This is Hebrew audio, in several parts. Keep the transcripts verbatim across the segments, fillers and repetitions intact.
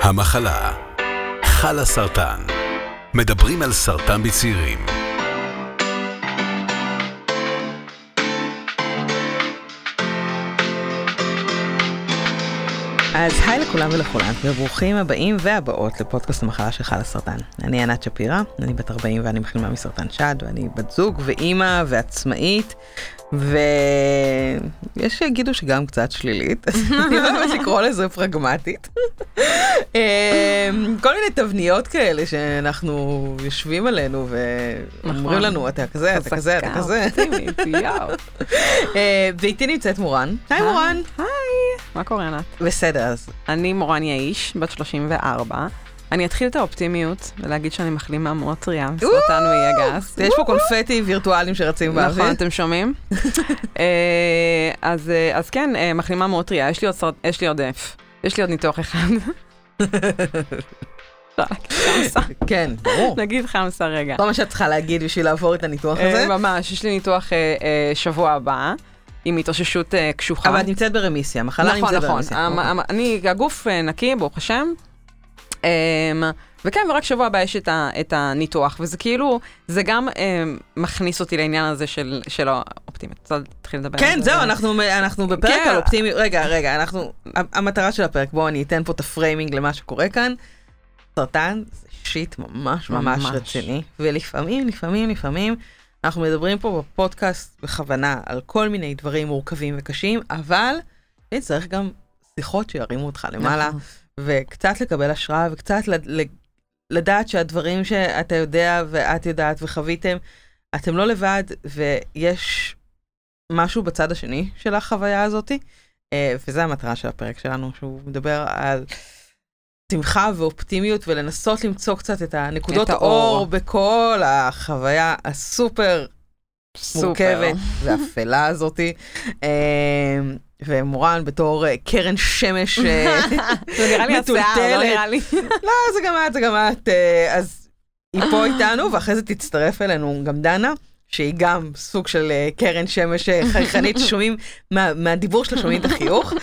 המחלה, חלה סרטן. מדברים על סרטן בצעירים. אז היי לכולם ולכולן, וברוכים הבאים והבאות לפודקאסט המחלה של חלה סרטן. אני ענת שפירא, אני בת ארבעים ואני מחלימה מסרטן שד, ואני בת זוג ואימא ועצמאית, ויש שיגידו שגם קצת שלילית, אני לא יודעת לקרוא לזה פרגמטית. כל מיני תבניות כאלה שאנחנו יושבים עלינו ואומרים לנו, אתה כזה, אתה כזה, אתה כזה. ואיתי נמצאת מורן. היי מורן. היי. מה קורה ענת? בסדר, אז. אני מורן יאיש, בת שלושים וארבע. אני אתחיל את האופטימיות ולהגיד שאני מחלימה מאוד טריה, סרטן מעי הגס. יש פה קונפטי וירטואלים שרצים באוויר. נכון, אתם שומעים? אז אז כן, מחלימה מאוד טריה. יש לי עוד יש לי עוד יש לי עוד ניתוח אחד. כן, ברור. נגיד חמסה רגע. כל מה שאת צריכה להגיד בשביל לעבור את הניתוח הזה. ממש, יש לי ניתוח שבוע הבא. עם התאוששות קשוחה. אבל את נמצאת ברמיסיה, מחלה נמצאת ברמיסיה. נכון, נכון. אני, הגוף נקי, ברוך השם. וכן, ורק שבוע הבא יש את הניתוח, וזה כאילו, זה גם מכניס אותי לעניין הזה של האופטימיות. רוצה להתחיל לדבר? כן, זהו, אנחנו בפרק על אופטימיות. רגע, רגע, אנחנו, המטרה של הפרק, בואו אני אתן פה את הפריימינג למה שקורה כאן. סרטן זה שיט ממש ממש רציני, ולפעמים, לפעמים, לפעמים, אנחנו מדברים פה בפודקאסט בכוונה על כל מיני דברים מורכבים וקשים, אבל צריך גם שיחות שירימו אותך למעלה, וקצת לקבל השראה, וקצת לדעת שהדברים שאתה יודע ואת יודעת וחוויתם, אתם לא לבד, ויש משהו בצד השני של החוויה הזאת, וזה המטרה של הפרק שלנו, שהוא מדבר על שמחה ואופטימיות, ולנסות למצוא קצת את הנקודות האור בכל החוויה הסופר מורכבת ואפלה הזאת. ומורן בתור קרן שמש מטולטלת. לא, זה גם את, זה גם את. אז היא פה איתנו, ואחרי זה תצטרף אלינו גם דנה, שהיא גם סוג של קרן שמש חייכנית, ששומעים, מהדיבור שלה שומעים את החיוך.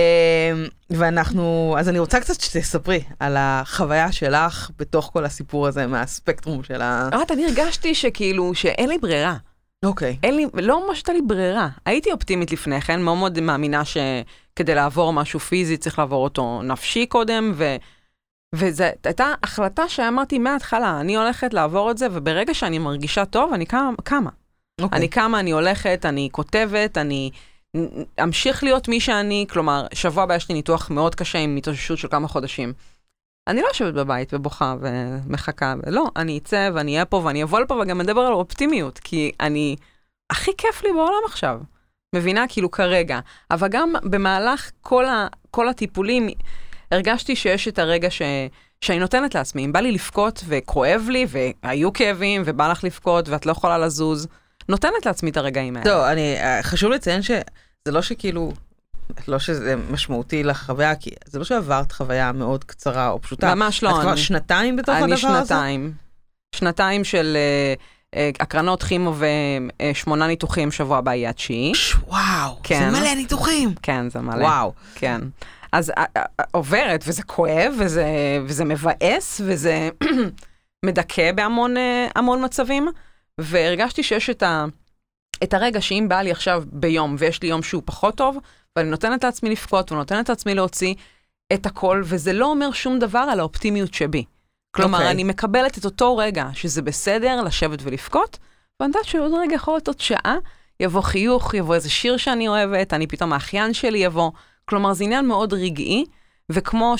ואנחנו, אז אני רוצה קצת שתספרי על החוויה שלך בתוך כל הסיפור הזה, מהספקטרום של ה... את, אני הרגשתי שכאילו, שאין לי ברירה. אוקיי. אין לי, לא ממש הייתה לי ברירה. הייתי אופטימית לפני כן, מאוד מאוד מאמינה שכדי לעבור משהו פיזי, צריך לעבור אותו נפשי קודם, ו... וזו הייתה החלטה שאמרתי מההתחלה, אני הולכת לעבור את זה, וברגע שאני מרגישה טוב, אני קמה. קמה. Okay. אני קמה, אני הולכת, אני כותבת, אני אמשיך להיות מי שאני, כלומר, שבוע הבא יש לי ניתוח מאוד קשה עם התאוששות של כמה חודשים. אני לא יושבת בבית ובוכה ומחכה, ולא, אני אצא ואני אהיה פה ואני אבוא לפה וגם מדבר על אופטימיות, כי אני, הכי כיף לי בעולם עכשיו. מבינה, כאילו כרגע. אבל גם במהלך כל, ה, כל הטיפולים, הרגשתי שיש את הרגע ש... שאני נותנת לעצמי. אם בא לי לפקות וכואב לי, והיו כאבים, ובא לך לפקות, ואת לא יכולה לזוז, נותנת לעצמי את הרגעים האלה. טוב, אני, חשוב לציין שזה לא שכאילו, לא שזה משמעותי לחוויה, כי זה לא שעברת חוויה מאוד קצרה או פשוטה. ממש לא. את כבר שנתיים בתוך הדבר הזה? אני שנתיים. שנתיים של הקרנות כימו ושמונה ניתוחים, שבוע הבא יהיה התשיעי. וואו, זה מלא ניתוחים. כן, זה מלא. וואו. כן. אז עוברת, וזה כואב, וזה, וזה מבאס, וזה מדכא בהמון המון מצבים, והרגשתי שיש את, ה, את הרגע שאם בא לי עכשיו ביום, ויש לי יום שהוא פחות טוב, ואני נותנת לעצמי לפקות, ונותנת לעצמי להוציא את הכל, וזה לא אומר שום דבר על האופטימיות שבי. כלומר, okay. אני מקבלת את אותו רגע, שזה בסדר לשבת ולפקות, ואני יודעת שעוד רגע יכול להיות עוד שעה, יבוא חיוך, יבוא איזה שיר שאני אוהבת, אני פתאום האחיין שלי יבוא, כלומר, זה עניין מאוד רגעי, וכמו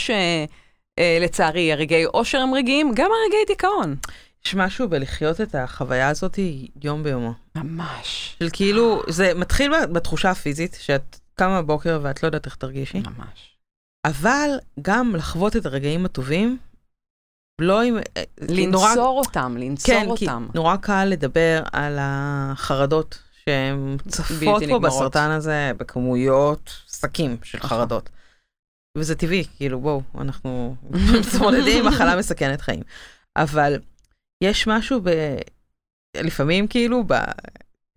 שלצערי הרגעי אושר הם רגעיים, גם הרגעי דיכאון. יש משהו בלחיות את החוויה הזאת יום ביומו. ממש. של כאילו, זה מתחיל בתחושה הפיזית, שאת קמה בבוקר ואת לא יודעת איך תרגישי. ממש. אבל גם לחוות את הרגעים הטובים, לא עם... לנצור נורא... אותם, לנצור כן, אותם. כן, כי נורא קל לדבר על החרדות, שהן צפות פה בסרטן הזה בכמויות שקים של חרדות. וזה טבעי, כאילו בואו, אנחנו מתמודדים עם מחלה מסכנת חיים. אבל יש משהו ב... לפעמים כאילו, ב...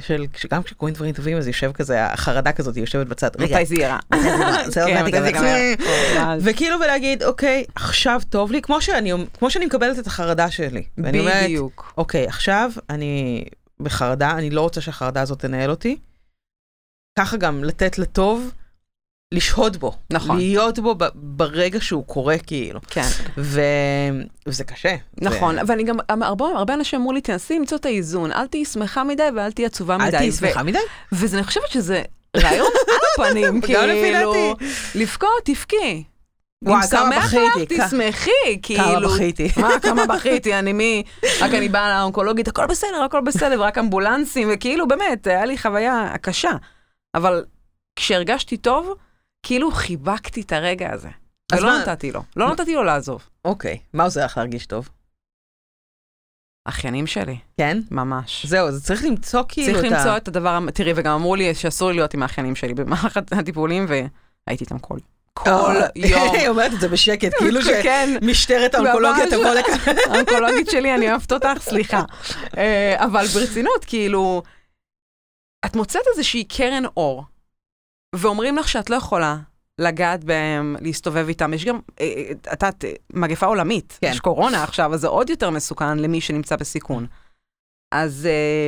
של, גם כשקוראים דברים טובים, אז יושב כזה, החרדה כזאת, היא יושבת בצד. מתי זה ירה? זה עוד מעט גם. וכאילו ולהגיד, אוקיי, עכשיו טוב לי, כמו שאני, כמו שאני מקבלת את החרדה שלי. בדיוק. אוקיי, עכשיו אני בחרדה, אני לא רוצה שהחרדה הזאת תנהל אותי. ככה גם לתת לטוב, לשהות בו. נכון. להיות בו ברגע שהוא קורה כאילו. כן. וזה קשה. נכון, ואני גם, הרבה אנשים אמרו לי, תנסי למצוא את האיזון, אל תהי שמחה מדי ואל תהי עצובה מדי. אל תהי שמחה מדי? וזה, אני חושבת שזה רעיון על הפנים, כאילו, לבכות, תבכי. וואי, כמה בכיתי. תשמחי, כאילו. כמה בכיתי. מה, כמה בכיתי, אני מי, רק אני באה לאונקולוגית, הכל בסדר, הכל בסדר, ורק אמבולנסים, וכאילו, באמת, היה לי חוויה קשה. אבל כשהרגשתי טוב, כאילו חיבקתי את הרגע הזה. ולא נתתי לו. לא נתתי לו לעזוב. אוקיי. מה עוזר לך להרגיש טוב? אחיינים שלי. כן? ממש. זהו, זה צריך למצוא כאילו את ה... צריך למצוא את הדבר, תראי, וגם אמרו לי שאסור לי להיות עם האחיינים שלי במהלך הטיפולים, והייתי איתם כל כל יום. היא אומרת את זה בשקט, כאילו שמשטרת האונקולוגיה תבוא לכאן. האונקולוגית שלי, אני אוהבת אותך, סליחה. אבל ברצינות, כאילו, את מוצאת איזושהי קרן אור, ואומרים לך שאת לא יכולה לגעת בהם, להסתובב איתם. יש גם, אתה, מגפה עולמית, יש קורונה עכשיו, אז זה עוד יותר מסוכן למי שנמצא בסיכון. אז,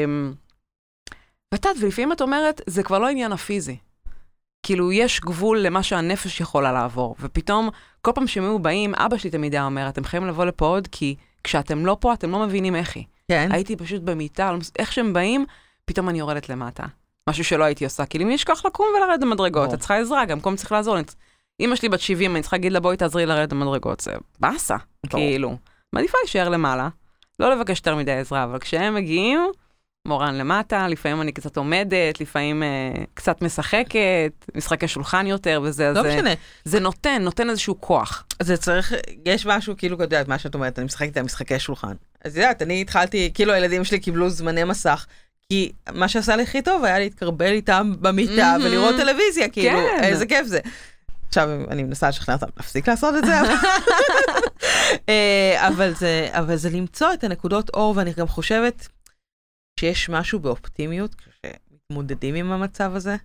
ותת, ולפעמים את אומרת, זה כבר לא עניין הפיזי. כאילו, יש גבול למה שהנפש יכולה לעבור, ופתאום, כל פעם שהם היו באים, אבא שלי תמיד היה אומר, אתם חייבים לבוא לפה עוד, כי כשאתם לא פה, אתם לא מבינים איך היא. כן. הייתי פשוט במיטה, איך שהם באים, פתאום אני יורדת למטה. משהו שלא הייתי עושה, כאילו, מי ישכח לקום ולרדת במדרגות, את צריכה עזרה, גם קום צריך לעזור. אמא שלי בת שבעים, אני צריכה להגיד לה, בואי תעזרי לרדת במדרגות, זה באסה, כאילו. מעדיפה להישאר למעלה, לא לבקש יותר מדי עזרה, אבל כשהם מגיעים, מורן למטה, לפעמים אני קצת עומדת, לפעמים אה, קצת משחקת, משחקי שולחן יותר, וזה, לא זה, משנה. זה נותן, נותן איזשהו כוח. זה צריך, יש משהו, כאילו, יודעת, מה שאת אומרת, אני משחקת עם משחקי שולחן. אז יודעת, אני התחלתי, כאילו, הילדים שלי קיבלו זמני מסך, כי מה שעשה לי הכי טוב היה להתקרבל איתם במיטה ולראות טלוויזיה, כאילו, איזה כיף זה. עכשיו אני מנסה לשכנע אותם, להפסיק לעשות את זה. אבל זה למצוא את הנקודות אור, ואני גם חושבת שיש משהו באופטימיות, כשמתמודדים עם המצב הזה,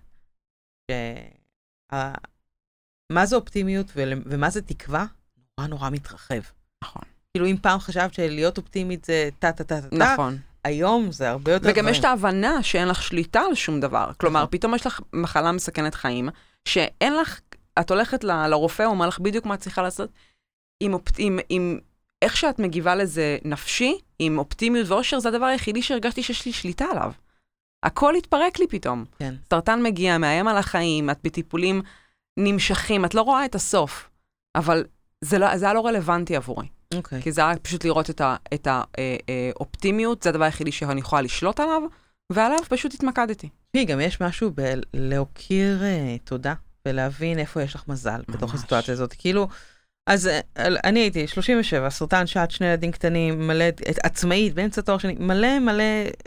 מה זה אופטימיות ומה זה תקווה, נורא נורא מתרחב. נכון. כאילו אם פעם חשבת שלהיות אופטימית זה טה-טה-טה-טה, נכון. היום זה הרבה יותר... וגם יש את ההבנה שאין לך שליטה על שום דבר. כלומר, פתאום יש לך מחלה מסכנת חיים, שאין לך, את הולכת ל, לרופא, הוא אומר לך בדיוק מה את צריכה לעשות, עם, עם, עם איך שאת מגיבה לזה נפשי, עם אופטימיות ואושר, זה הדבר היחידי שהרגשתי שיש לי שליטה עליו. הכל התפרק לי פתאום. כן. סרטן מגיע, מאיים על החיים, את בטיפולים נמשכים, את לא רואה את הסוף, אבל זה, לא, זה היה לא רלוונטי עבורי. Okay. כי זה היה פשוט לראות את האופטימיות, זה הדבר היחידי שאני יכולה לשלוט עליו, ועליו פשוט התמקדתי. פי, גם יש משהו בלהוקיר uh, תודה, ולהבין איפה יש לך מזל ממש. בתוך הסיטואציה הזאת. כאילו, אז אני הייתי שלושים ושבע, סרטן שעת, שני ילדים קטנים, מלא, עצמאית, באמצע תואר שני, מלא מלא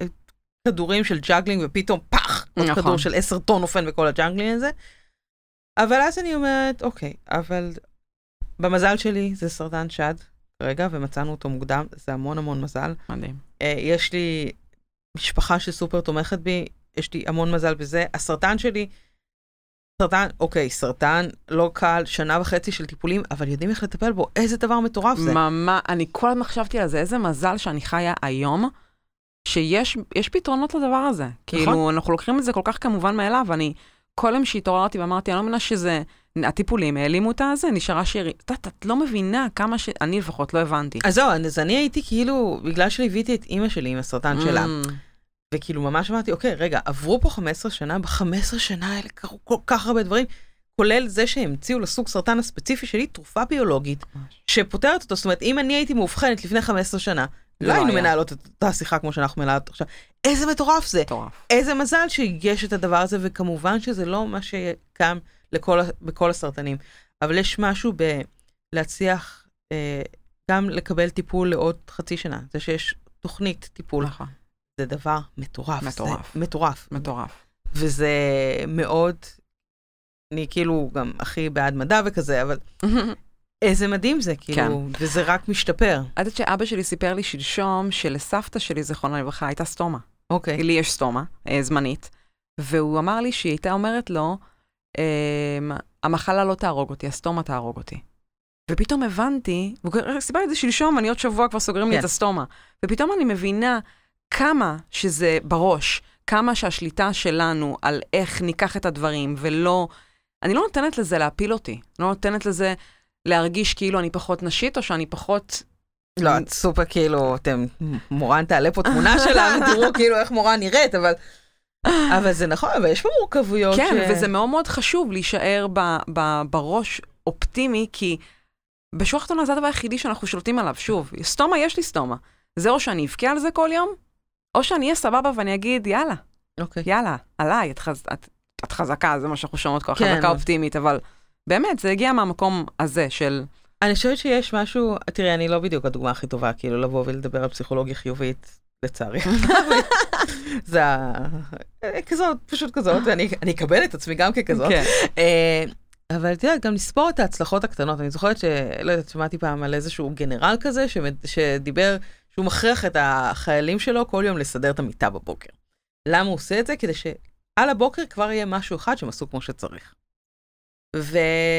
כדורים של ג'אגלינג, ופתאום פח, עוד נכון. כדור של עשר טון נופן בכל הג'אגלינג הזה. אבל אז אני אומרת, אוקיי, אבל במזל שלי זה סרטן שד, רגע, ומצאנו אותו מוקדם, זה המון המון מזל. מדהים. יש לי משפחה שסופר תומכת בי, יש לי המון מזל בזה. הסרטן שלי, סרטן, אוקיי, סרטן, לא קל, שנה וחצי של טיפולים, אבל יודעים איך לטפל בו, איזה דבר מטורף זה. ממש, אני כל הזמן חשבתי על זה, איזה מזל שאני חיה היום, שיש יש פתרונות לדבר הזה. נכון. כאילו, אנחנו לוקחים את זה כל כך כמובן מאליו, ואני, כל יום שהתעוררתי ואמרתי, אני לא מבינה שזה... הטיפולים, העלימו אותה הזה, נשארה שירי. את, את לא מבינה כמה ש... אני לפחות לא הבנתי. אז זהו, אז אני הייתי כאילו, בגלל שליוויתי את אימא שלי עם הסרטן mm. שלה, וכאילו ממש אמרתי, אוקיי, רגע, עברו פה חמש עשרה שנה, ב-חמש עשרה שנה האלה קרו כל כך הרבה דברים, כולל זה שהמציאו לסוג סרטן הספציפי שלי, תרופה ביולוגית, שפותרת אותו. זאת אומרת, אם אני הייתי מאובחנת לפני חמש עשרה שנה, לא היינו מנהלות את אותה שיחה כמו שאנחנו מנהלות עכשיו. איזה מטורף זה. מטורף. איזה מזל שיש את הדבר הזה, וכמובן שזה לא מה שקם לכל, בכל הסרטנים. אבל יש משהו בלהצליח אה, גם לקבל טיפול לעוד חצי שנה. זה שיש תוכנית טיפול. נכון. זה דבר מטורף. מטורף. זה מטורף. מטורף. וזה מאוד, אני כאילו גם הכי בעד מדע וכזה, אבל איזה מדהים זה, כאילו, כן. וזה רק משתפר. עד שאבא שלי סיפר לי שלשום שלסבתא שלי, זכרונה לברכה, הייתה סטומה. אוקיי. לי יש סטומה, זמנית. והוא אמר לי שהיא הייתה אומרת לו, המחלה לא תהרוג אותי, הסטומה תהרוג אותי. ופתאום הבנתי, סיבה את זה שלשום, אני עוד שבוע כבר סוגרים לי את הסטומה. ופתאום אני מבינה כמה שזה בראש, כמה שהשליטה שלנו על איך ניקח את הדברים, ולא, אני לא נותנת לזה להפיל אותי, לא נותנת לזה להרגיש כאילו אני פחות נשית, או שאני פחות... לא, את סופר כאילו, אתם, מורן תעלה פה תמונה שלה, ותראו כאילו איך מורן נראית, אבל... אבל זה נכון, אבל יש פה מורכבויות. כן, וזה מאוד מאוד חשוב להישאר בראש אופטימי, כי בשורה התחתונה זה הדבר היחידי שאנחנו שולטים עליו. שוב, סטומה, יש לי סטומה. זה או שאני אבכה על זה כל יום, או שאני אהיה סבבה ואני אגיד, יאללה, יאללה, עליי, את חזקה, זה מה שאנחנו שומעות כל חזקה אופטימית, אבל באמת, זה הגיע מהמקום הזה של... אני חושבת שיש משהו, תראי, אני לא בדיוק הדוגמה הכי טובה, כאילו לבוא ולדבר על פסיכולוגיה חיובית, לצערי. זה כזאת, פשוט כזאת, ואני אקבל את עצמי גם ככזאת. אבל תראה, גם לספור את ההצלחות הקטנות. אני זוכרת שלא יודעת, שמעתי פעם על איזשהו גנרל כזה, שדיבר, שהוא מכריח את החיילים שלו כל יום לסדר את המיטה בבוקר. למה הוא עושה את זה? כדי שעל הבוקר כבר יהיה משהו אחד שהם עשו כמו שצריך. ו...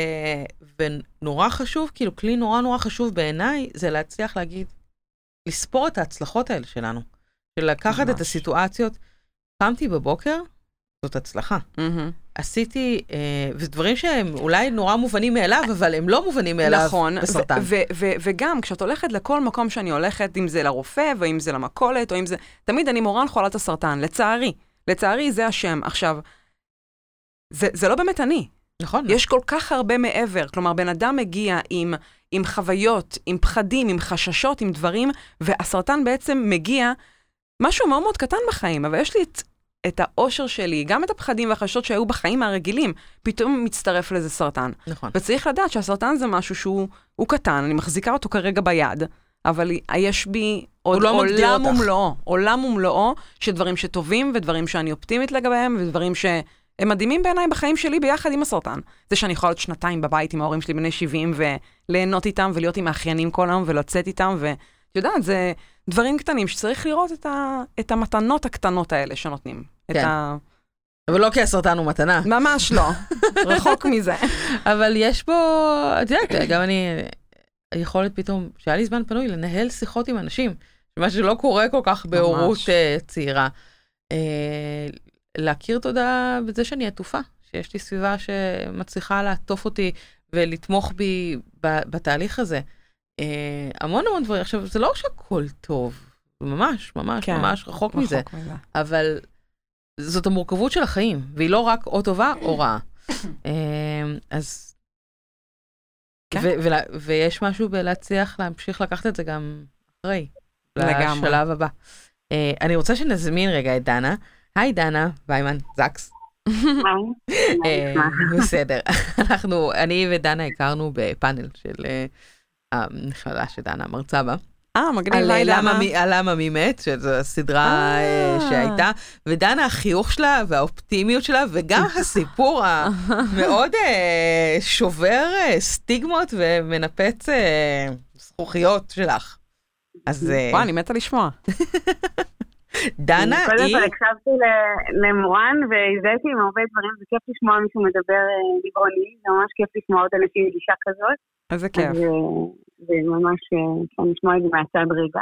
ונורא חשוב, כאילו כלי נורא נורא חשוב בעיניי, זה להצליח להגיד, לספור את ההצלחות האלה שלנו. של לקחת ממש. את הסיטואציות. קמתי בבוקר, זאת הצלחה. Mm-hmm. עשיתי, אה, ודברים שהם אולי נורא מובנים מאליו, אבל הם לא מובנים מאליו נכון, בסרטן. ו- ו- ו- וגם כשאת הולכת לכל מקום שאני הולכת, אם זה לרופא, ואם זה למקולת, או אם זה... תמיד אני מורן חולת הסרטן, לצערי. לצערי זה השם. עכשיו, זה, זה לא באמת אני. נכון. יש כל כך הרבה מעבר. כלומר, בן אדם מגיע עם, עם חוויות, עם פחדים, עם חששות, עם דברים, והסרטן בעצם מגיע משהו מאוד מאוד קטן בחיים, אבל יש לי את, את האושר שלי, גם את הפחדים והחששות שהיו בחיים הרגילים, פתאום מצטרף לזה סרטן. נכון. וצריך לדעת שהסרטן זה משהו שהוא הוא קטן, אני מחזיקה אותו כרגע ביד, אבל יש בי עוד לא עולם ומלואו, עולם ומלואו של דברים שטובים, ודברים שאני אופטימית לגביהם, ודברים שהם מדהימים בעיניי בחיים שלי ביחד עם הסרטן. זה שאני יכולה להיות שנתיים בבית עם ההורים שלי בני שבעים, וליהנות איתם, ולהיות עם האחיינים כל היום, ולצאת איתם, ו... יודעת, זה דברים קטנים שצריך לראות את, ה, את המתנות הקטנות האלה שנותנים. כן. את ה... אבל לא כי הסרטן הוא מתנה. ממש לא. רחוק מזה. אבל יש בו, את יודעת, גם אני, יכולת פתאום, שהיה לי זמן פנוי לנהל שיחות עם אנשים, מה שלא קורה כל כך בהורות צעירה. להכיר תודה בזה שאני עטופה, שיש לי סביבה שמצליחה לעטוף אותי ולתמוך בי בתהליך הזה. Uh, המון המון דברים. עכשיו, זה לא שהכל טוב, ממש, ממש, כן, ממש רחוק, רחוק מזה, מזה. אבל זאת המורכבות של החיים, והיא לא רק או טובה או רעה. uh, אז, כן. ו- ו- ויש משהו בלהצליח להמשיך לקחת את זה גם אחרי, לגמרי. לשלב הבא. Uh, אני רוצה שנזמין רגע את דנה. היי דנה, ויימן, זקס. היי. בסדר. אנחנו, אני ודנה הכרנו בפאנל של... המכללה שדנה מרצה בה. אה, מגניב, היי דנה. על למה מי מת, שזו הסדרה שהייתה, ודנה החיוך שלה והאופטימיות שלה, וגם הסיפור המאוד שובר סטיגמות ומנפץ זכוכיות שלך. אז... וואי, אני מתה לשמוע. דנה היא... קודם כל הקשבתי למורן והזדהיתי עם הרבה דברים, זה כיף לשמוע מישהו מדבר ליברוני, זה ממש כיף לשמוע עוד אנשים גישה כזאת. איזה כיף. זה ממש, אני אשמע את זה מהצד רגע.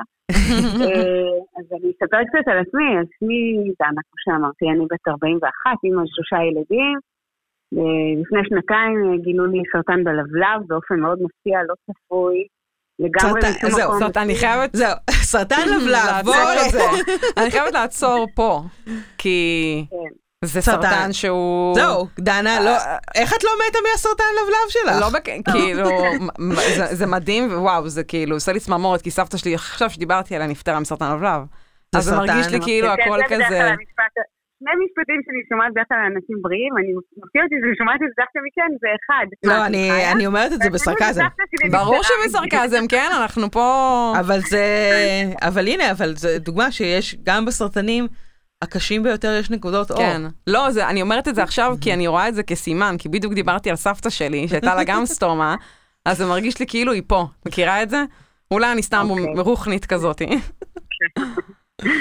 אז אני אספר קצת על עצמי, אז שמי דנה, כמו שאמרתי, אני בת ארבעים ואחת, עם שלושה ילדים, לפני שנתיים גילו לי סרטן בלבלב, באופן מאוד מפתיע, לא צפוי, לגמרי משום מקום. זהו, סרטן, אני חייבת... זהו, סרטן לבלב, בואו אני חייבת לעצור פה, כי... זה סרטן שהוא... זהו, דנה, איך את לא מתה מהסרטן לבלב שלך? לא, כאילו, זה מדהים, וואו, זה כאילו, עושה לי צמרמורת, כי סבתא שלי, עכשיו שדיברתי עליה, נפטרה מסרטן לבלב. אז זה מרגיש לי כאילו הכל כזה... שני משפטים שאני שומעת דווקא על אנשים בריאים, אני מפתיע אותי שאני שומעת את זה דווקא מכן, זה אחד. לא, אני אומרת את זה בסרקזם. ברור שבסרקזם, כן, אנחנו פה... אבל זה... אבל הנה, אבל זה דוגמה שיש גם בסרטנים, הקשים ביותר יש נקודות אור. כן. לא, זה, אני אומרת את זה עכשיו כי אני רואה את זה כסימן, כי בדיוק דיברתי על סבתא שלי, שהייתה לה גם סטומה, אז זה מרגיש לי כאילו היא פה. מכירה את זה? אולי אני סתם רוחנית כזאת.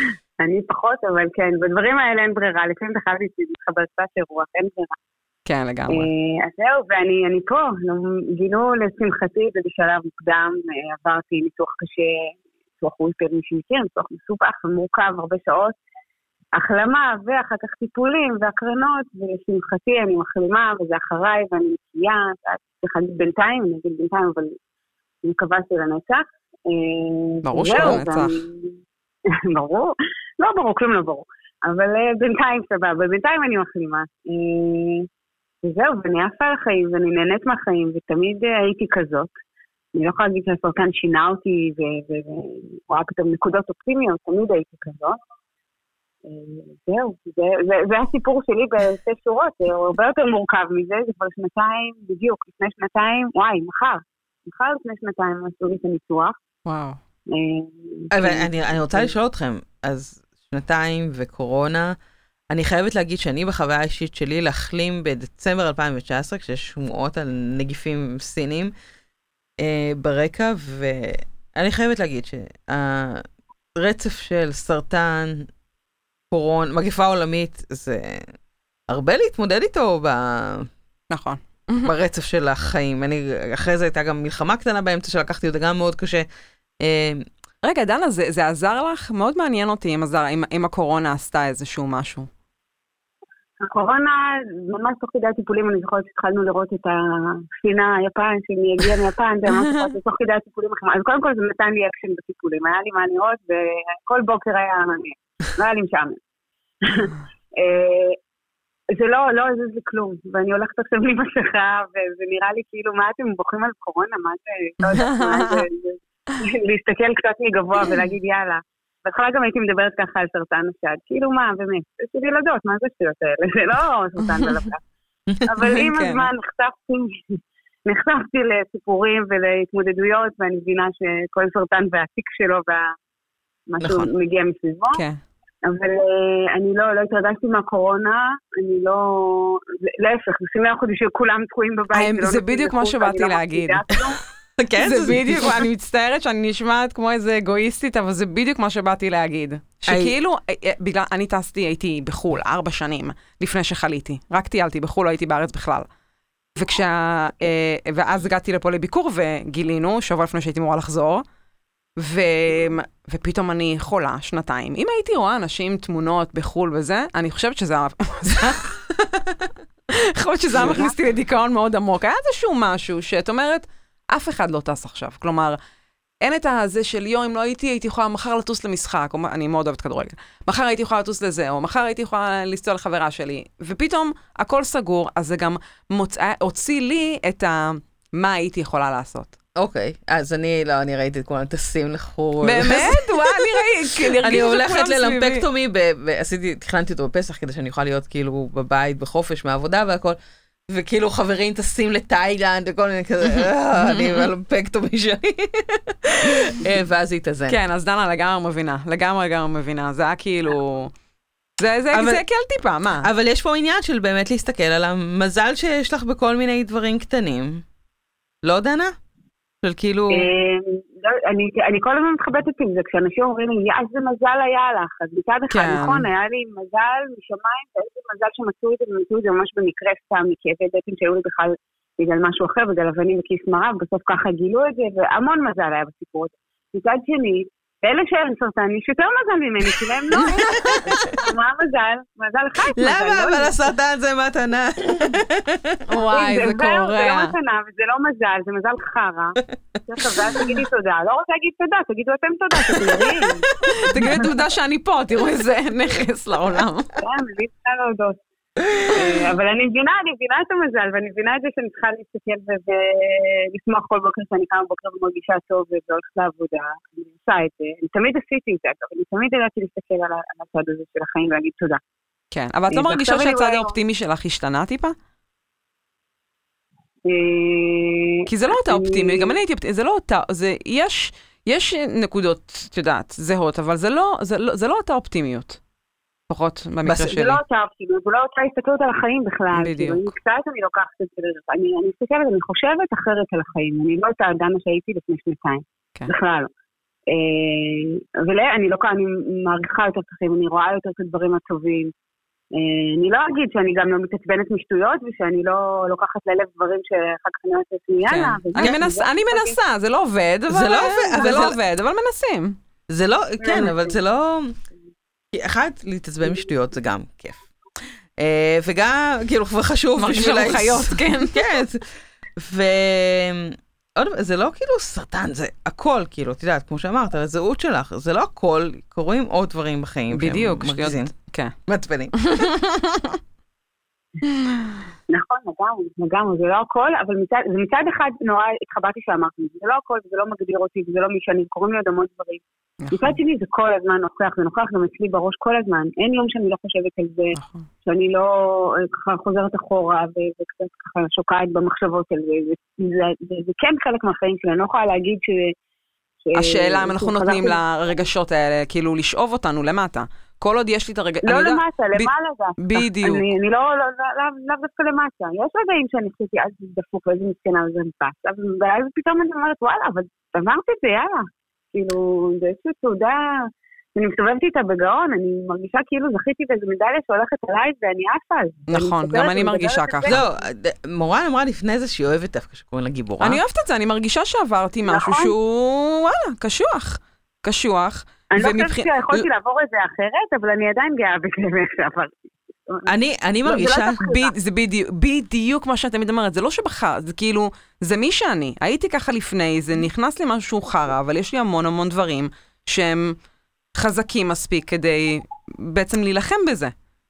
אני פחות, אבל כן, בדברים האלה אין ברירה, לפעמים אתה חייב להתחבר קצת לרוח, אין ברירה. כן, לגמרי. אז זהו, ואני פה, גילו לשמחתי, זה בשלב מוקדם, עברתי ניתוח קשה, ניתוח וויפר משמכיר, ניתוח מסובך ומורכב, הרבה שעות, החלמה ואחר כך טיפולים והקרנות, ולשמחתי אני מחלימה, וזה אחריי, ואני מקיאה, צריך להגיד בינתיים, אני אגיד בינתיים, אבל אני מקווה שלנצח. ברור שלנצח. ברור, לא ברור, כלום לא ברור, אבל בינתיים סבבה, בינתיים אני מחלימה. וזהו, ואני עפה על החיים, ואני נהנית מהחיים, ותמיד הייתי כזאת. אני לא יכולה להגיד שהסרטן שינה אותי, ורואה פתאום נקודות אופטימיות, תמיד הייתי כזאת. זהו, זה הסיפור שלי בשתי שורות, זה הרבה יותר מורכב מזה, זה כבר שנתיים, בדיוק, לפני שנתיים, וואי, מחר, מחר לפני שנתיים עשו לי את הניתוח. וואו. אני רוצה לשאול אתכם, אז שנתיים וקורונה, אני חייבת להגיד שאני בחוויה האישית שלי להחלים בדצמבר אלפיים תשע עשרה, כשיש שמועות על נגיפים סינים ברקע, ואני חייבת להגיד שהרצף של סרטן, קורונה, מגפה עולמית, זה הרבה להתמודד איתו ב... נכון. ברצף של החיים. אני, אחרי זה הייתה גם מלחמה קטנה באמצע שלקחתי אותה גם מאוד קשה. רגע, דנה, זה, זה עזר לך? מאוד מעניין אותי אם, עזר, אם, אם הקורונה עשתה איזשהו משהו. הקורונה, ממש תוך כדי הטיפולים, אני זוכרת שהתחלנו לראות את הספינה היפן, שאני הגיעה מיפן, זה ממש תוך כדי הטיפולים. אז קודם כל זה נתן לי אקשן בטיפולים. היה לי מה לראות, וכל בוקר היה מעניין. לא היה לי משעמם. זה לא, לא עזוז לי כלום, ואני הולכת עכשיו לי מסכה, וזה נראה לי כאילו, מה אתם בוכים על קורונה? מה זה, לא יודעת, מה זה, להסתכל קצת מגבוה ולהגיד יאללה. בהתחלה גם הייתי מדברת ככה על סרטן השד, כאילו מה, באמת, יש לי ילדות, מה זה שטויות האלה? זה לא סרטן בלבלב. אבל עם הזמן נחשפתי, נחשפתי לסיפורים ולהתמודדויות, ואני מבינה שכל סרטן והתיק שלו ומשהו מגיע מסביבו. כן. אבל אני לא, לא התרגשתי מהקורונה, אני לא, להפך, שימח אותי שכולם תקועים בבית. זה בדיוק מה שבאתי להגיד. זה בדיוק, אני מצטערת שאני נשמעת כמו איזה אגואיסטית, אבל זה בדיוק מה שבאתי להגיד. שכאילו, בגלל, אני טסתי, הייתי בחול ארבע שנים לפני שחליתי. רק טיילתי בחול, לא הייתי בארץ בכלל. וכשה, ואז הגעתי לפה לביקור וגילינו, שבוע לפני שהייתי אמורה לחזור, ו... ופתאום אני חולה שנתיים. אם הייתי רואה אנשים תמונות בחול וזה, אני חושבת שזה היה... אני חושבת שזה היה מכניס אותי לדיכאון מאוד עמוק. היה איזשהו משהו שאת אומרת, אף אחד לא טס עכשיו. כלומר, אין את הזה של יו, אם לא הייתי, הייתי יכולה מחר לטוס למשחק, או, אני מאוד אוהבת כדורגל. מחר הייתי יכולה לטוס לזה, או מחר הייתי יכולה לנסוע לחברה שלי. ופתאום הכל סגור, אז זה גם מוצא, הוציא לי את ה... מה הייתי יכולה לעשות. אוקיי, אז אני, לא, אני ראיתי את כולם טסים לחור. באמת? וואי, אני ראיתי. אני הולכת ללמפקטומי, ועשיתי, תכננתי אותו בפסח, כדי שאני אוכל להיות כאילו בבית, בחופש, מהעבודה והכל, וכאילו חברים טסים לתאילנד, וכל מיני כזה, אני בלמפקטומי שלי. ואז היא תזן. כן, אז דנה לגמרי מבינה, לגמרי לגמרי מבינה, זה היה כאילו... זה הקל טיפה, מה? אבל יש פה עניין של באמת להסתכל על המזל שיש לך בכל מיני דברים קטנים. לא, דנה? של כאילו... אני כל הזמן מתחבטת עם זה, כשאנשים אומרים לי, איזה מזל היה לך, אז מצד אחד, נכון, היה לי מזל משמיים, ואיזה מזל שמצאו את זה, ומצאו את זה ממש במקרה סתם, מכאבי בטן שהיו לי בכלל בגלל משהו אחר, בגלל אבנים וכיס מרב, בסוף ככה גילו את זה, והמון מזל היה בסיפור הזה. מצד שני, אלה שאין סרטן, יש יותר מזל ממני, שלהם לא. מה המזל? מזל חי. למה? אבל הסרטן זה מתנה. וואי, זה קורה. זה לא מתנה, וזה לא מזל, זה מזל חרה. ואז תגידי תודה. לא רוצה להגיד תודה, תגידו אתם תודה, תגידי. תגידי תודה שאני פה, תראו איזה נכס לעולם. כן, לי צריכה להודות. אבל אני מבינה, אני מבינה את המזל, ואני מבינה את זה שאני צריכה להסתכל ולשמוח כל בוקר שאני קמה בוקר ומרגישה טוב והולכת לעבודה. אני עושה את זה, אני תמיד עשיתי את זה, אבל אני תמיד ידעתי להסתכל על הצד הזה של החיים ולהגיד תודה. כן, אבל את לא מרגישה שהצד האופטימי שלך השתנה טיפה? כי זה לא אותה אופטימי, גם אני הייתי אופטימי, זה לא אותה, יש נקודות, את יודעת, זהות, אבל זה לא אותה אופטימיות. פחות במקרה שלי. זה לא אותה אופטימיות, זה לא אותה הסתכלות על החיים בכלל. בדיוק. אני קצת אני לוקחת את זה, אני מסתכלת, אני חושבת אחרת על החיים, אני לא אותה דנה שהייתי לפני שנתיים. בכלל. ואני לא אני מעריכה יותר פחים, אני רואה יותר את הדברים הטובים. אני לא אגיד שאני גם לא מתעצבנת משטויות, ושאני לא לוקחת ללב דברים שאחר כך אני עושה עצמי, יאללה. אני מנסה, זה לא עובד, זה לא עובד, אבל מנסים. זה לא, כן, אבל זה לא... אחת, להתעצבן משטויות זה גם כיף. וגם, כאילו, חשוב בשביל חיות, כן. כן. וזה לא כאילו סרטן, זה הכל, כאילו, את יודעת, כמו שאמרת, על הזהות שלך, זה לא הכל, קוראים עוד דברים בחיים. בדיוק, מרגיזים. כן. מעצבנים. נכון, לגמרי, לגמרי, זה לא הכל, אבל מצד, זה מצד אחד נורא התחברתי שאמרתי, זה לא הכל, זה לא מגדיר אותי, זה לא מי שאני, קוראים לי עוד המון דברים. מצד שני זה כל הזמן נוכח, זה נוכח גם אצלי בראש כל הזמן, אין יום שאני לא חושבת על זה, שאני לא ככה חוזרת אחורה, וקצת ככה שוקעת במחשבות על זה, זה כן חלק מהחיים שלי, אני לא יכולה להגיד ש... השאלה אם אנחנו נותנים לרגשות האלה, כאילו לשאוב אותנו למטה. כל עוד יש לי את הרגע... לא למטה, למעלה דווקא. בדיוק. אני לא דווקא למטה. יש רגעים שאני חושבתי, אז דפוק, ואיזה מסכנה, וזה מפס. ואז פתאום אני אומרת, וואלה, אבל אמרתי את זה, יאללה. כאילו, זה איזושהי תעודה, אני מסתובבתי איתה בגאון, אני מרגישה כאילו זכיתי באיזו מדליה שהולכת עליי, ואני עפה על זה. נכון, גם אני מרגישה ככה. לא, מורן אמרה לפני זה שהיא אוהבת דווקא שקוראים לה גיבורה. אני אוהבת את זה, אני מרגישה שעברתי משהו שהוא, וואלה, קשוח. קשוח. אני לא חושבת שיכולתי לעבור את זה אחרת, אבל אני עדיין גאה בכלל שעברתי. אני מרגישה, זה בדיוק מה שאתה מדברת, זה לא שבחר, זה כאילו, זה מי שאני. הייתי ככה לפני, זה נכנס לי משהו חרה, אבל יש לי המון המון דברים שהם חזקים מספיק כדי בעצם להילחם בזה.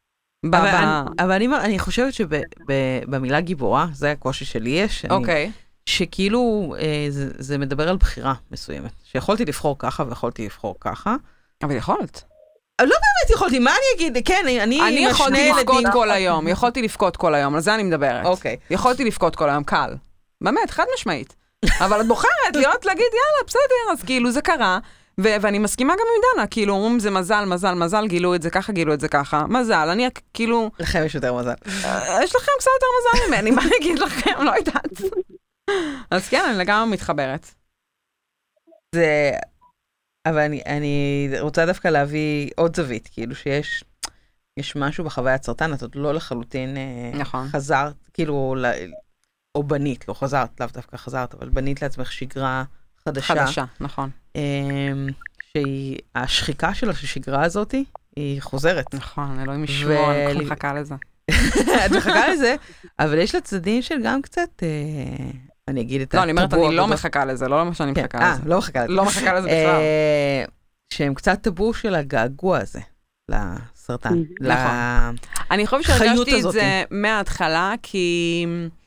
אבל אני חושבת שבמילה גיבורה, זה הקושי שלי יש, שכאילו זה מדבר על בחירה מסוימת, שיכולתי לבחור ככה ויכולתי לבחור ככה. אבל יכולת. לא באמת יכולתי, מה אני אגיד? כן, אני... אני יכולתי לבכות כל היום, יכולתי לבכות כל היום, על זה אני מדברת. אוקיי. יכולתי לבכות כל היום, קל. באמת, חד משמעית. אבל את בוחרת להיות להגיד, יאללה, בסדר, אז כאילו זה קרה, ואני מסכימה גם עם דנה, כאילו, אומרים זה מזל, מזל, מזל, גילו את זה ככה, גילו את זה ככה. מזל, אני כאילו... לכם יש יותר מזל. יש לכם קצת יותר מזל ממני, מה אני אגיד לכם? לא יודעת. אז כן, אני לגמרי מתחברת. זה... אבל אני, אני רוצה דווקא להביא עוד זווית, כאילו שיש יש משהו בחוויית סרטן, את עוד לא לחלוטין נכון. חזרת, כאילו, או בנית, לא חזרת, לאו דווקא חזרת, אבל בנית לעצמך שגרה חדשה. חדשה, נכון. שהיא, השחיקה של השגרה הזאת, היא חוזרת. נכון, אלוהים ישמור, אני מחכה לזה. את מחכה לזה, אבל יש לה צדדים של גם קצת... אני אגיד את לא, אני אומרת, אני לא מחכה לזה, לא מה שאני מחכה לזה. לא מחכה לזה. לא מחכה לזה בכלל. שהם קצת טבו של הגעגוע הזה, לסרטן. נכון. אני חושב שהרגשתי את זה מההתחלה, כי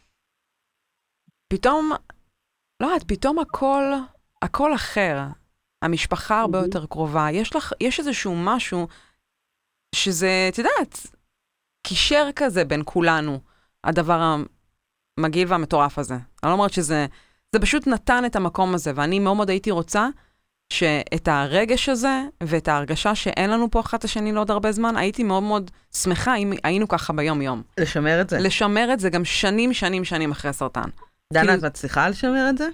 פתאום, לא יודעת, פתאום הכל, הכל אחר. המשפחה הרבה יותר קרובה. יש לך, יש איזשהו משהו, שזה, את יודעת, קישר כזה בין כולנו, הדבר ה... מגעיל והמטורף הזה. אני לא אומרת שזה, זה פשוט נתן את המקום הזה, ואני מאוד מאוד הייתי רוצה שאת הרגש הזה, ואת ההרגשה שאין לנו פה אחת השני לעוד הרבה זמן, הייתי מאוד מאוד שמחה אם היינו ככה ביום יום. לשמר את זה. לשמר את זה גם שנים, שנים, שנים אחרי הסרטן. דנה, את מצליחה לשמר את זה?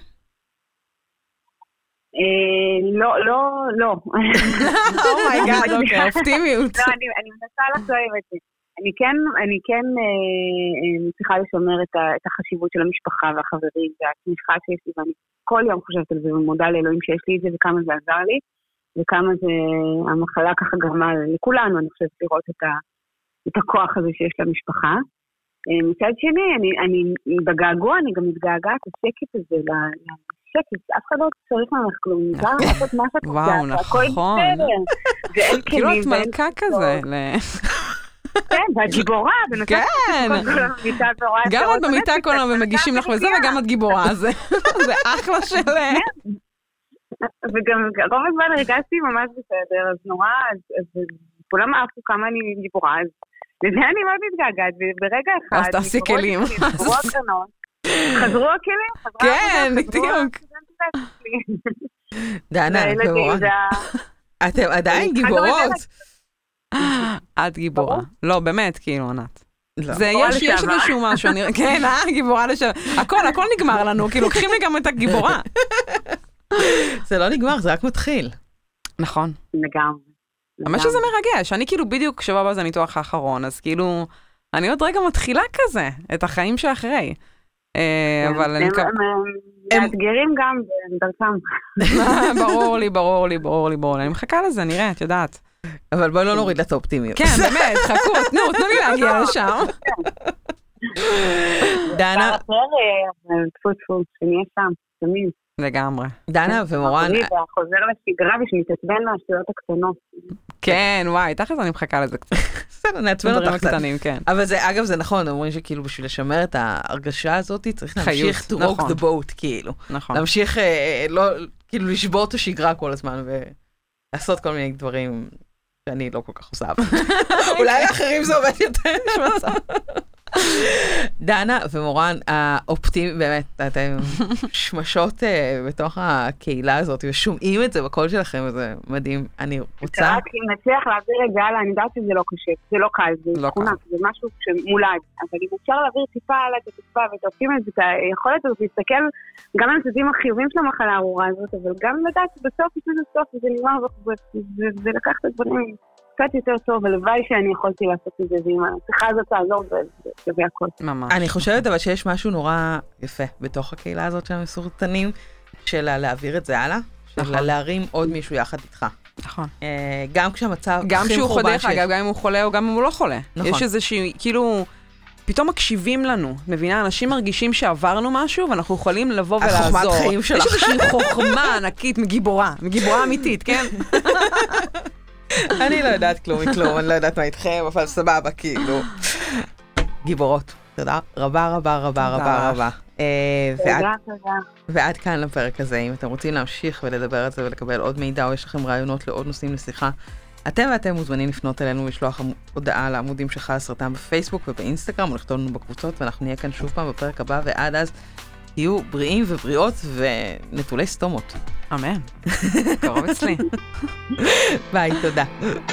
לא, לא, לא. אומייגאד, אוקיי, אופטימיות. לא, אני מנסה לחשוב את זה. אני כן, אני כן צריכה לשמר את החשיבות של המשפחה והחברים והתמיכה שיש לי, ואני כל יום חושבת על זה ומודה לאלוהים שיש לי את זה וכמה זה עזר לי, וכמה זה, המחלה ככה גרמה לכולנו, אני חושבת לראות את, ה, את הכוח הזה שיש למשפחה. מצד שני, אני, אני בגעגוע, אני גם מתגעגעת לשקט הזה, לשקט, אף אחד לא צריך ממך כלום, זה לעשות מה שאת רוצה, וואו, נכון. כאילו את מלכה כזה, כן, והגיבורה, כן, גם את במיטה כל היום ומגישים לך וזה, וגם את גיבורה, זה אחלה של... וגם רוב הזמן הרגשתי ממש בסדר, אז נורא, אז כולם אהבו כמה אני גיבורה, אז לזה אני מאוד מתגעגעת, וברגע אחד... אז תעשי כלים. חזרו הקרנות, חזרו הכלים, כן, בדיוק. דנה, אתם עדיין גיבורות. את גיבורה. לא, באמת, כאילו, ענת. יש איזשהו משהו, כן, אה, גיבורה לשעבר. הכל, הכל נגמר לנו, כאילו, לוקחים לי גם את הגיבורה. זה לא נגמר, זה רק מתחיל. נכון. לגמרי. מה שזה מרגש, אני כאילו בדיוק שבוע הבא זה הניתוח האחרון, אז כאילו, אני עוד רגע מתחילה כזה, את החיים שאחרי. אבל אני... הם מאתגרים גם בדרכם. ברור לי, ברור לי, ברור לי, ברור לי. אני מחכה לזה, נראה, את יודעת. אבל בואי לא נוריד את האופטימיות. כן, באמת, חכו, תנו, תנו לי להגיע לשם. דנה... תפו תפו, שנהיה שם, תמיד. לגמרי. דנה ומורן... חוזר לשגרה ושמתעצבן מהשטויות הקטנות. כן, וואי, תכף אני מחכה לזה קצת. בסדר, נעצבן אותך קצת. כן. אבל זה, אגב, זה נכון, אומרים שכאילו בשביל לשמר את ההרגשה הזאת, צריך להמשיך to rock the boat, כאילו. נכון. להמשיך, לא, כאילו לשבור את השגרה כל הזמן, ולעשות כל מיני דברים שאני לא כל כך עושה. אולי לאחרים זה עובד יותר. דנה ומורן, האופטימי, באמת, אתם שמשות בתוך הקהילה הזאת, ושומעים את זה בקול שלכם, וזה מדהים. אני רוצה... רק אם נצליח להעביר את זה הלאה, אני יודעת שזה לא קשה, זה לא קל, זה תכונה, זה משהו שמולד, אבל אם אפשר להעביר טיפה הלאה את התקווה, ואת האופטימיות, את היכולת הזאת להסתכל גם על הצדדים החיובים של המחלה הארורה הזאת, אבל גם לדעת שבסוף יש לזה סוף, וזה נגמר, וזה לקח את הדברים קצת יותר טוב, ולוואי שאני יכולתי לעשות את זה, ועם השיחה הזאת תעזור, וזה הכל. ממש. אני חושבת אבל שיש משהו נורא יפה בתוך הקהילה הזאת של המסורתנים, של להעביר את זה הלאה, של להרים עוד מישהו יחד איתך. נכון. גם כשהמצב... גם שהוא חולה, אגב, גם אם הוא חולה או גם אם הוא לא חולה. נכון. יש איזושהי, כאילו... פתאום מקשיבים לנו, מבינה? אנשים מרגישים שעברנו משהו, ואנחנו יכולים לבוא ולעזור. החוכמת חיים שלך. יש איזושהי חוכמה ענקית מגיבורה, מגיבורה אמיתית, כן? אני לא יודעת כלום מכלום, אני לא יודעת מה איתכם, אבל סבבה, כאילו. גיבורות. תודה רבה רבה רבה רבה רבה. תודה, תודה. ועד כאן לפרק הזה, אם אתם רוצים להמשיך ולדבר על זה ולקבל עוד מידע, או יש לכם רעיונות לעוד נושאים לשיחה, אתם ואתם מוזמנים לפנות אלינו ולשלוח הודעה לעמודים של חל הסרטן בפייסבוק ובאינסטגרם, או לכתוב לנו בקבוצות, ואנחנו נהיה כאן שוב פעם בפרק הבא, ועד אז תהיו בריאים ובריאות ונטולי סתומות. אמן. קרוב אצלי. ביי, תודה.